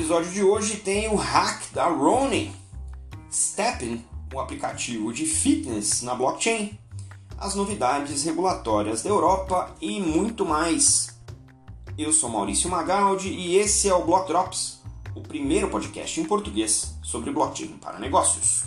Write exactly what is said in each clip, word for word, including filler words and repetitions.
episódio de hoje tem o hack da Ronin, STEPN, um aplicativo de fitness na blockchain, as novidades regulatórias da Europa e muito mais. Eu sou Maurício Magaldi e esse é o Block Drops, o primeiro podcast em português sobre blockchain para negócios.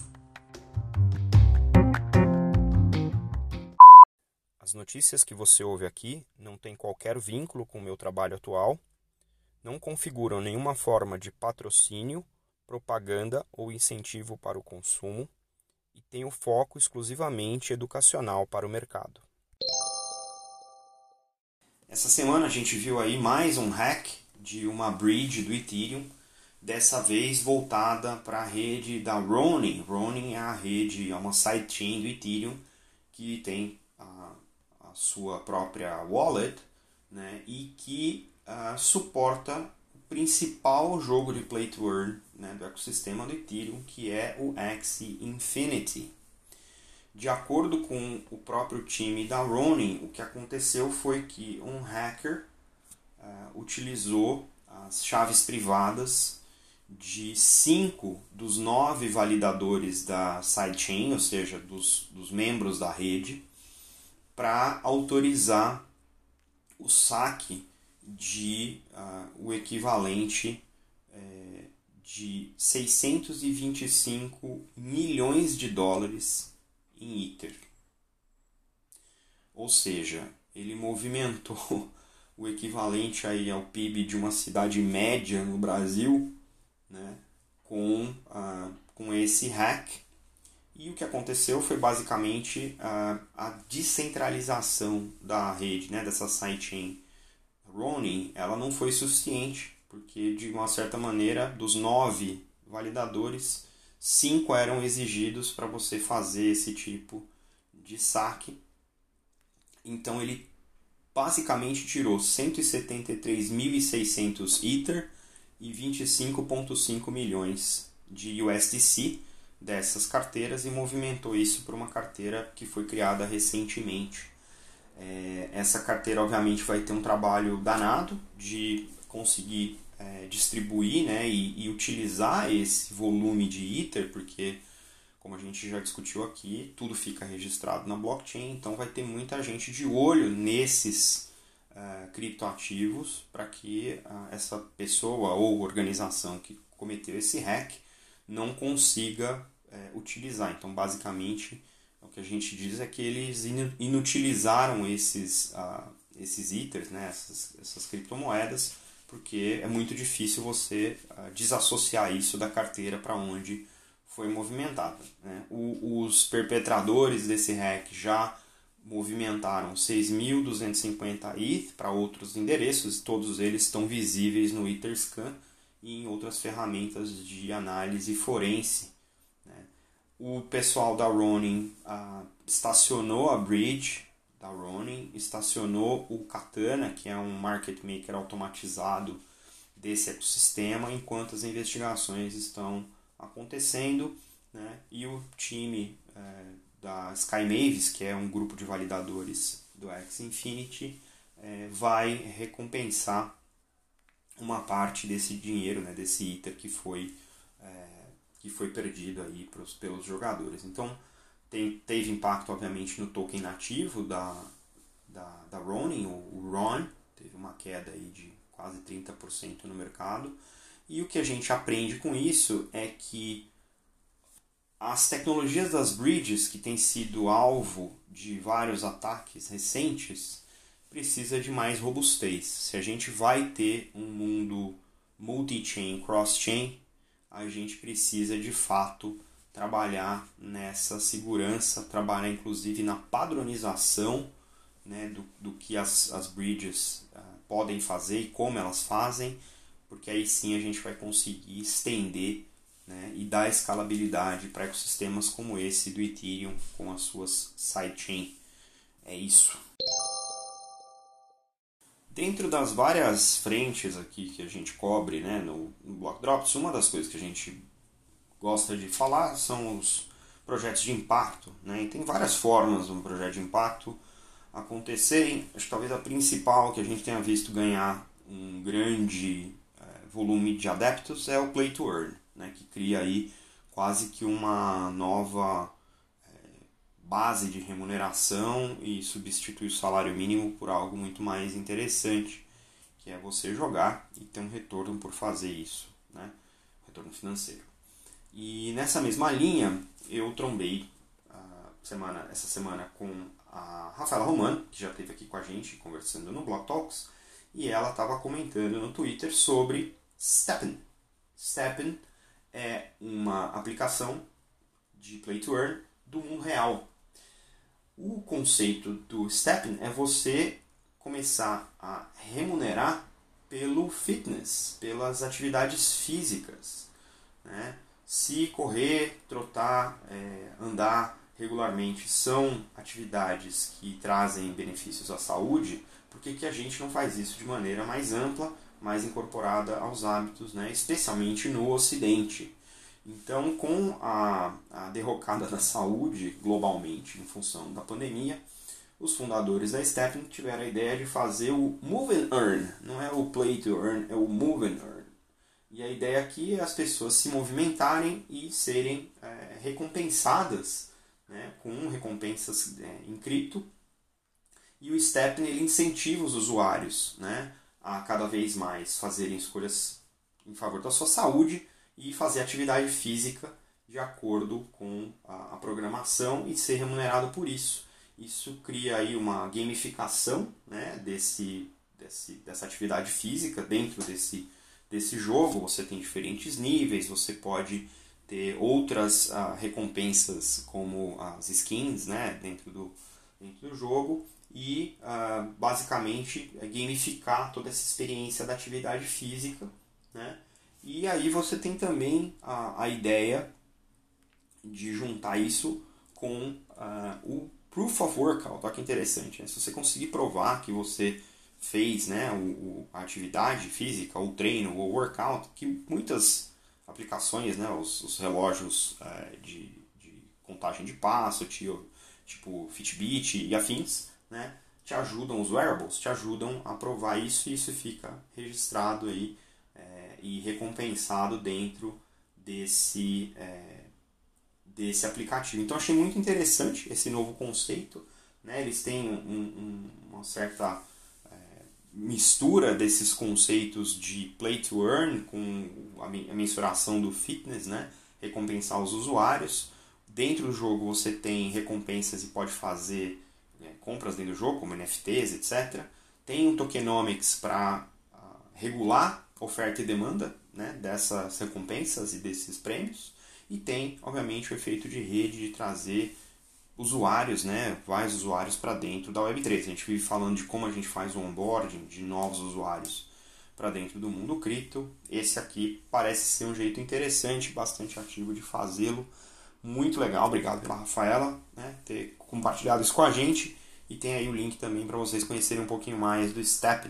As notícias que você ouve aqui não têm qualquer vínculo com o meu trabalho atual, não configuram nenhuma forma de patrocínio, propaganda ou incentivo para o consumo e têm o foco exclusivamente educacional para o mercado. Essa semana a gente viu aí mais um hack de uma bridge do Ethereum, dessa vez voltada para a rede da Ronin. Ronin é a rede, é uma sidechain do Ethereum que tem a, a sua própria wallet, né, e que uh, suporta o principal jogo de play to earn, né, do ecossistema do Ethereum, que é o Axie Infinity. De acordo com o próprio time da Ronin, o que aconteceu foi que um hacker uh, utilizou as chaves privadas de cinco dos nove validadores da sidechain, ou seja, dos, dos membros da rede, para autorizar o saque de uh, o equivalente eh, de seiscentos e vinte e cinco milhões de dólares em Ether. Ou seja, ele movimentou o equivalente aí ao P I B de uma cidade média no Brasil, né, com, uh, com esse hack. E o que aconteceu foi basicamente uh, a descentralização da rede, né, dessa sidechain. Ronin, ela não foi suficiente, porque de uma certa maneira, dos nove validadores, cinco eram exigidos para você fazer esse tipo de saque. Então ele basicamente tirou cento e setenta e três mil e seiscentos Ether e vinte e cinco vírgula cinco milhões de U S D C dessas carteiras e movimentou isso para uma carteira que foi criada recentemente. É, essa carteira obviamente vai ter um trabalho danado de conseguir é, distribuir, né, e, e utilizar esse volume de Ether, porque como a gente já discutiu aqui, tudo fica registrado na blockchain, então vai ter muita gente de olho nesses uh, criptoativos para que uh, essa pessoa ou organização que cometeu esse hack não consiga uh, utilizar. Então, basicamente, o que a gente diz é que eles inutilizaram esses, uh, esses Ethers, né, essas, essas criptomoedas, porque é muito difícil você uh, desassociar isso da carteira para onde foi movimentada, né? O, os perpetradores desse hack já movimentaram seis mil duzentos e cinquenta E T H para outros endereços, todos eles estão visíveis no Etherscan e em outras ferramentas de análise forense, né? O pessoal da Ronin uh, estacionou a bridge da Ronin, estacionou o Katana, que é um market maker automatizado desse ecossistema, enquanto as investigações estão acontecendo, né? E o time é, da SkyMavis, que é um grupo de validadores do Axie Infinity, é, vai recompensar uma parte desse dinheiro, né, desse Ether que foi, é, que foi perdido aí pros, pelos jogadores. Então tem, teve impacto obviamente no token nativo da, da, da Ronin, o, o R O N, teve uma queda aí de quase trinta por cento no mercado. E o que a gente aprende com isso é que as tecnologias das bridges, que têm sido alvo de vários ataques recentes, precisa de mais robustez. Se a gente vai ter um mundo multi-chain, cross-chain, a gente precisa de fato trabalhar nessa segurança, trabalhar inclusive na padronização, né, do, do que as, as bridges uh, podem fazer e como elas fazem, porque aí sim a gente vai conseguir estender, né, e dar escalabilidade para ecossistemas como esse do Ethereum com as suas sidechain. É isso. Dentro das várias frentes aqui que a gente cobre, né, no, no Block Drops, uma das coisas que a gente gosta de falar são os projetos de impacto, né, e tem várias formas de um projeto de impacto acontecerem. Acho que talvez a principal que a gente tenha visto ganhar um grande volume de adeptos é o Play to Earn, né, que cria aí quase que uma nova é, base de remuneração e substitui o salário mínimo por algo muito mais interessante, que é você jogar e ter um retorno por fazer isso, né, retorno financeiro. E nessa mesma linha, eu trombei uh, semana, essa semana com a Rafaela Romano, que já esteve aqui com a gente conversando no Block Talks, e ela estava comentando no Twitter sobre STEPN. STEPN é uma aplicação de Play to Earn do mundo real. O conceito do STEPN é você começar a remunerar pelo fitness, pelas atividades físicas, né? Se correr, trotar, é, andar regularmente são atividades que trazem benefícios à saúde, por que que a gente não faz isso de maneira mais ampla, mais incorporada aos hábitos, né? Especialmente no Ocidente? Então, com a, a derrocada da saúde globalmente em função da pandemia, os fundadores da STEPN tiveram a ideia de fazer o Move and Earn. Não é o Play to Earn, é o Move and Earn. E a ideia aqui é as pessoas se movimentarem e serem é, recompensadas, né, com recompensas é, em cripto. E o STEPN ele incentiva os usuários, né, a cada vez mais fazerem escolhas em favor da sua saúde e fazer atividade física de acordo com a, a programação e ser remunerado por isso. Isso cria aí uma gamificação, né, desse, desse, dessa atividade física dentro desse desse jogo. Você tem diferentes níveis, você pode ter outras uh, recompensas como as skins, né, dentro, do, dentro do jogo e uh, basicamente gamificar toda essa experiência da atividade física, né? E aí você tem também a, a ideia de juntar isso com uh, o Proof of Workout. Olha que interessante, né? Se você conseguir provar que você fez, né, o, o, a atividade física, o treino, o workout, que muitas aplicações, né, os, os relógios é, de, de contagem de passo, tipo, tipo Fitbit e afins, né, te ajudam, os wearables te ajudam a provar isso, e isso fica registrado aí é, e recompensado dentro desse, é, desse aplicativo. Então achei muito interessante esse novo conceito, né, eles têm um, um, uma certa mistura desses conceitos de Play to Earn com a mensuração do fitness, né? Recompensar os usuários. Dentro do jogo você tem recompensas e pode fazer né, compras dentro do jogo, como N F Ts, etcétera. Tem um tokenomics para uh, regular oferta e demanda, né, dessas recompensas e desses prêmios. E tem, obviamente, o efeito de rede de trazer usuários, né, vários usuários para dentro da web três. A gente vive falando de como a gente faz o onboarding de novos usuários para dentro do mundo cripto. Esse aqui parece ser um jeito interessante, bastante ativo de fazê-lo. Muito legal, obrigado pela Rafaela, né, ter compartilhado isso com a gente. E tem aí o link também para vocês conhecerem um pouquinho mais do STEPN.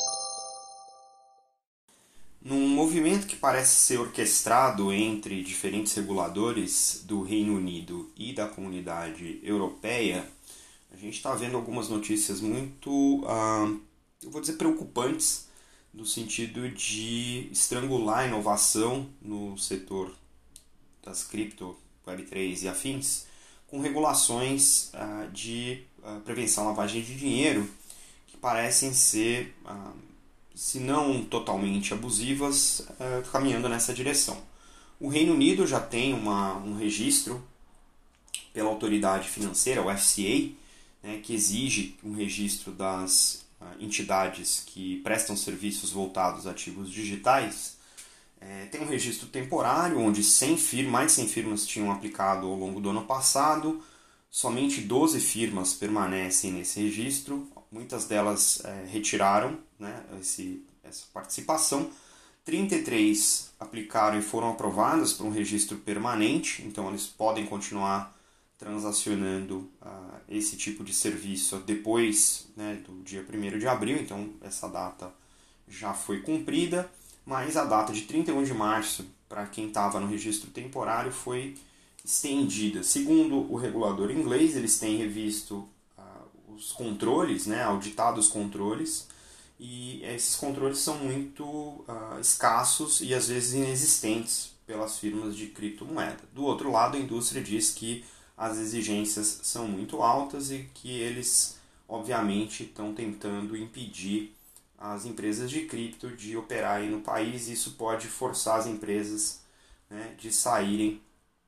Num movimento que parece ser orquestrado entre diferentes reguladores do Reino Unido e da comunidade europeia, a gente está vendo algumas notícias muito, uh, eu vou dizer, preocupantes, no sentido de estrangular a inovação no setor das cripto, web três e afins, com regulações uh, de uh, prevenção à lavagem de dinheiro que parecem ser... Uh, se não totalmente abusivas, é, caminhando nessa direção. O Reino Unido já tem uma, um registro pela autoridade financeira, o F C A, né, que exige um registro das uh, entidades que prestam serviços voltados a ativos digitais. É, tem um registro temporário, onde cem firmas, mais de cem firmas tinham aplicado ao longo do ano passado. Somente doze firmas permanecem nesse registro. Muitas delas é, retiraram, né, esse, essa participação. trinta e três aplicaram e foram aprovadas para um registro permanente, então eles podem continuar transacionando uh, esse tipo de serviço depois, né, do dia primeiro de abril, então essa data já foi cumprida, mas a data de trinta e um de março, para quem estava no registro temporário, foi estendida. Segundo o regulador inglês, eles têm revisto os controles, né, auditado os controles, e esses controles são muito uh, escassos e às vezes inexistentes pelas firmas de criptomoeda. Do outro lado, a indústria diz que as exigências são muito altas e que eles, obviamente, estão tentando impedir as empresas de cripto de operarem no país. Isso pode forçar as empresas, né, de saírem,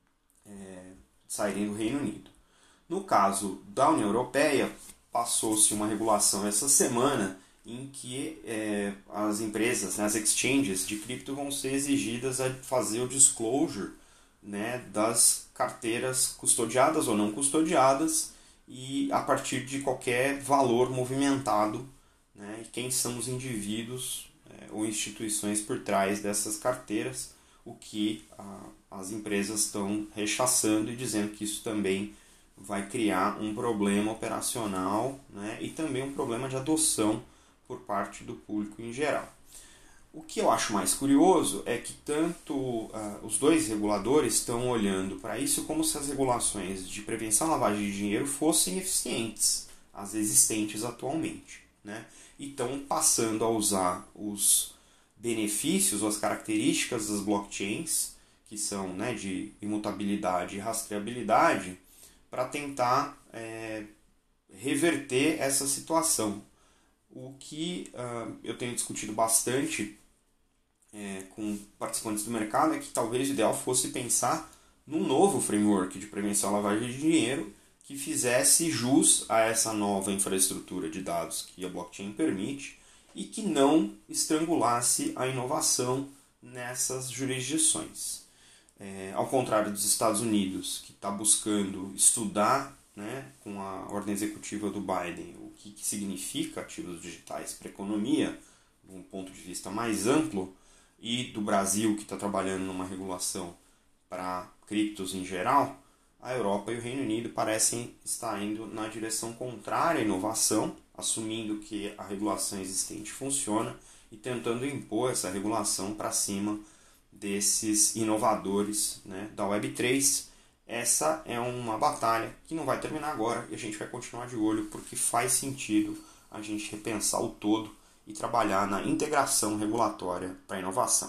é, de saírem do Reino Unido. No caso da União Europeia, passou-se uma regulação essa semana em que é, as empresas, né, as exchanges de cripto vão ser exigidas a fazer o disclosure, né, das carteiras custodiadas ou não custodiadas e a partir de qualquer valor movimentado, né, e quem são os indivíduos é, ou instituições por trás dessas carteiras, o que a, as empresas estão rechaçando e dizendo que isso também vai criar um problema operacional, né, e também um problema de adoção por parte do público em geral. O que eu acho mais curioso é que tanto uh, os dois reguladores estão olhando para isso como se as regulações de prevenção à lavagem de dinheiro fossem eficientes, as existentes atualmente, né? E estão passando a usar os benefícios ou as características das blockchains, que são, né, de imutabilidade e rastreabilidade, para tentar é, reverter essa situação. O que uh, eu tenho discutido bastante é, com participantes do mercado é que talvez o ideal fosse pensar num novo framework de prevenção à lavagem de dinheiro que fizesse jus a essa nova infraestrutura de dados que a blockchain permite e que não estrangulasse a inovação nessas jurisdições. É, ao contrário dos Estados Unidos, que está buscando estudar, né, com a ordem executiva do Biden, o que, que significa ativos digitais para a economia, de um ponto de vista mais amplo, e do Brasil, que está trabalhando numa regulação para criptos em geral, a Europa e o Reino Unido parecem estar indo na direção contrária à inovação, assumindo que a regulação existente funciona e tentando impor essa regulação para cima desses inovadores, né, da web três. Essa é uma batalha que não vai terminar agora e a gente vai continuar de olho porque faz sentido a gente repensar o todo e trabalhar na integração regulatória para a inovação.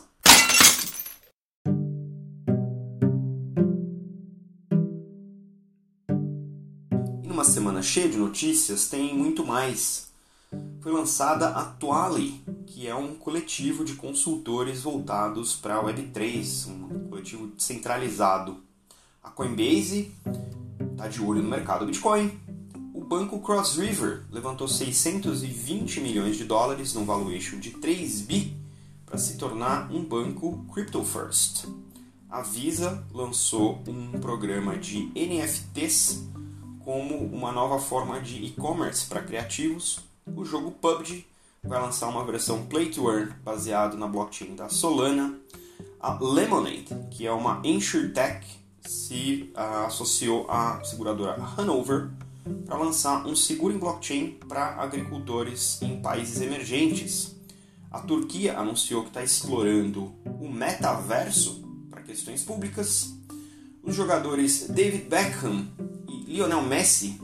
E numa semana cheia de notícias tem muito mais. Foi lançada a Tuali, que é um coletivo de consultores voltados para a web três, um coletivo centralizado. A Coinbase está de olho no mercado Bitcoin. O banco Cross River levantou seiscentos e vinte milhões de dólares num valuation de três bi para se tornar um banco crypto first. A Visa lançou um programa de N F Ts como uma nova forma de e-commerce para criativos. O jogo P U B G vai lançar uma versão Play to Earn baseado na blockchain da Solana. A Lemonade, que é uma insurtech, se uh, associou à seguradora Hanover para lançar um seguro em blockchain para agricultores em países emergentes. A Turquia anunciou que está explorando o metaverso para questões públicas. Os jogadores David Beckham e Lionel Messi.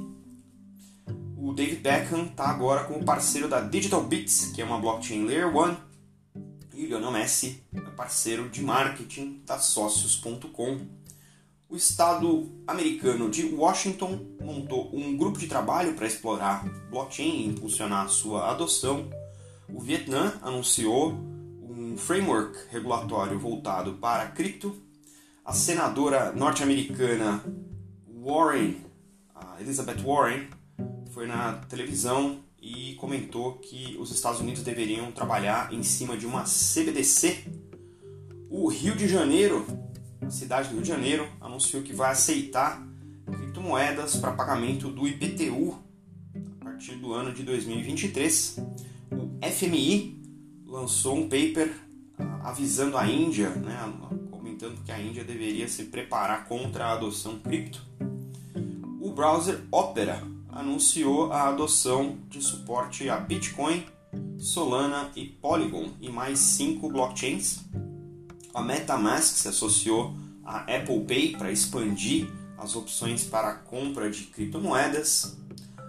O David Beckham está agora como parceiro da Digital Bits, que é uma blockchain Layer one. E o Lionel Messi é parceiro de marketing da Socios ponto com. O estado americano de Washington montou um grupo de trabalho para explorar blockchain e impulsionar sua adoção. O Vietnã anunciou um framework regulatório voltado para cripto. A senadora norte-americana Warren, a Elizabeth Warren, foi na televisão e comentou que os Estados Unidos deveriam trabalhar em cima de uma C B D C. O Rio de Janeiro, a cidade do Rio de Janeiro, anunciou que vai aceitar criptomoedas para pagamento do I P T U a partir do ano de dois mil e vinte e três. O F M I lançou um paper avisando a Índia, né, comentando que a Índia deveria se preparar contra a adoção cripto. O browser Opera anunciou a adoção de suporte a Bitcoin, Solana e Polygon e mais cinco blockchains. A MetaMask se associou à Apple Pay para expandir as opções para a compra de criptomoedas.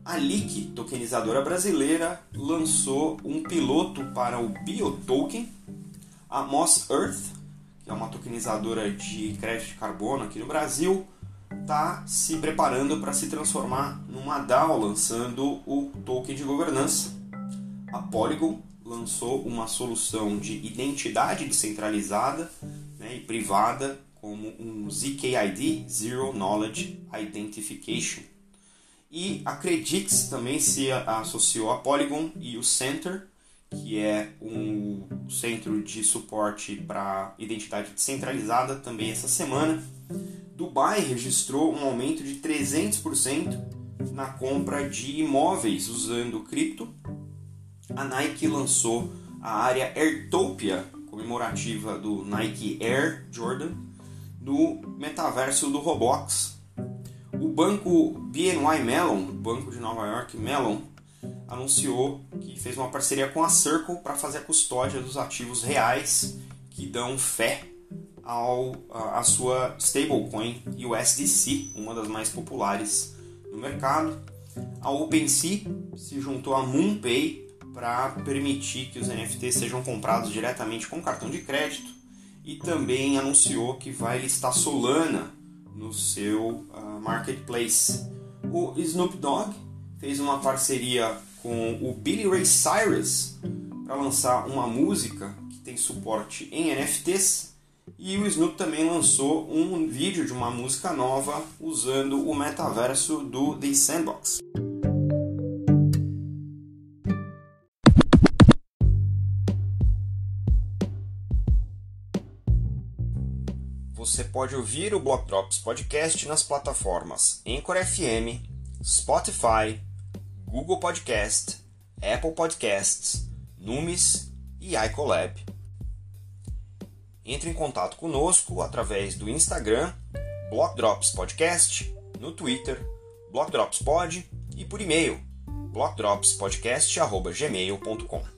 A Leak, tokenizadora brasileira, lançou um piloto para o BioToken. A Moss Earth, que é uma tokenizadora de crédito de carbono aqui no Brasil, está se preparando para se transformar numa DAO, lançando o token de governança. A Polygon lançou uma solução de identidade descentralizada, né, e privada, como um Z K I D, Zero Knowledge Identification. E a Credix também se associou à Polygon e o Center, que é um centro de suporte para identidade descentralizada, também essa semana. Dubai registrou um aumento de trezentos por cento na compra de imóveis usando cripto. A Nike lançou a área Airtopia, comemorativa do Nike Air Jordan, no metaverso do Roblox. O banco B N Y Mellon, banco de Nova York Mellon, anunciou que fez uma parceria com a Circle para fazer a custódia dos ativos reais que dão fé ao, a, a sua stablecoin U S D C, uma das mais populares no mercado. A OpenSea se juntou a MoonPay para permitir que os N F Ts sejam comprados diretamente com cartão de crédito e também anunciou que vai listar Solana no seu uh, marketplace. O Snoop Dogg fez uma parceria com o Billy Ray Cyrus para lançar uma música que tem suporte em N F Ts, e o Snoop também lançou um vídeo de uma música nova usando o metaverso do The Sandbox. Você pode ouvir o Block Drops Podcast nas plataformas Anchor F M, Spotify, Google Podcast, Apple Podcasts, Numis e iColab. Entre em contato conosco através do Instagram, Block Drops Podcast, no Twitter, Block Drops Pod e por e-mail, block drops podcast arroba gmail ponto com.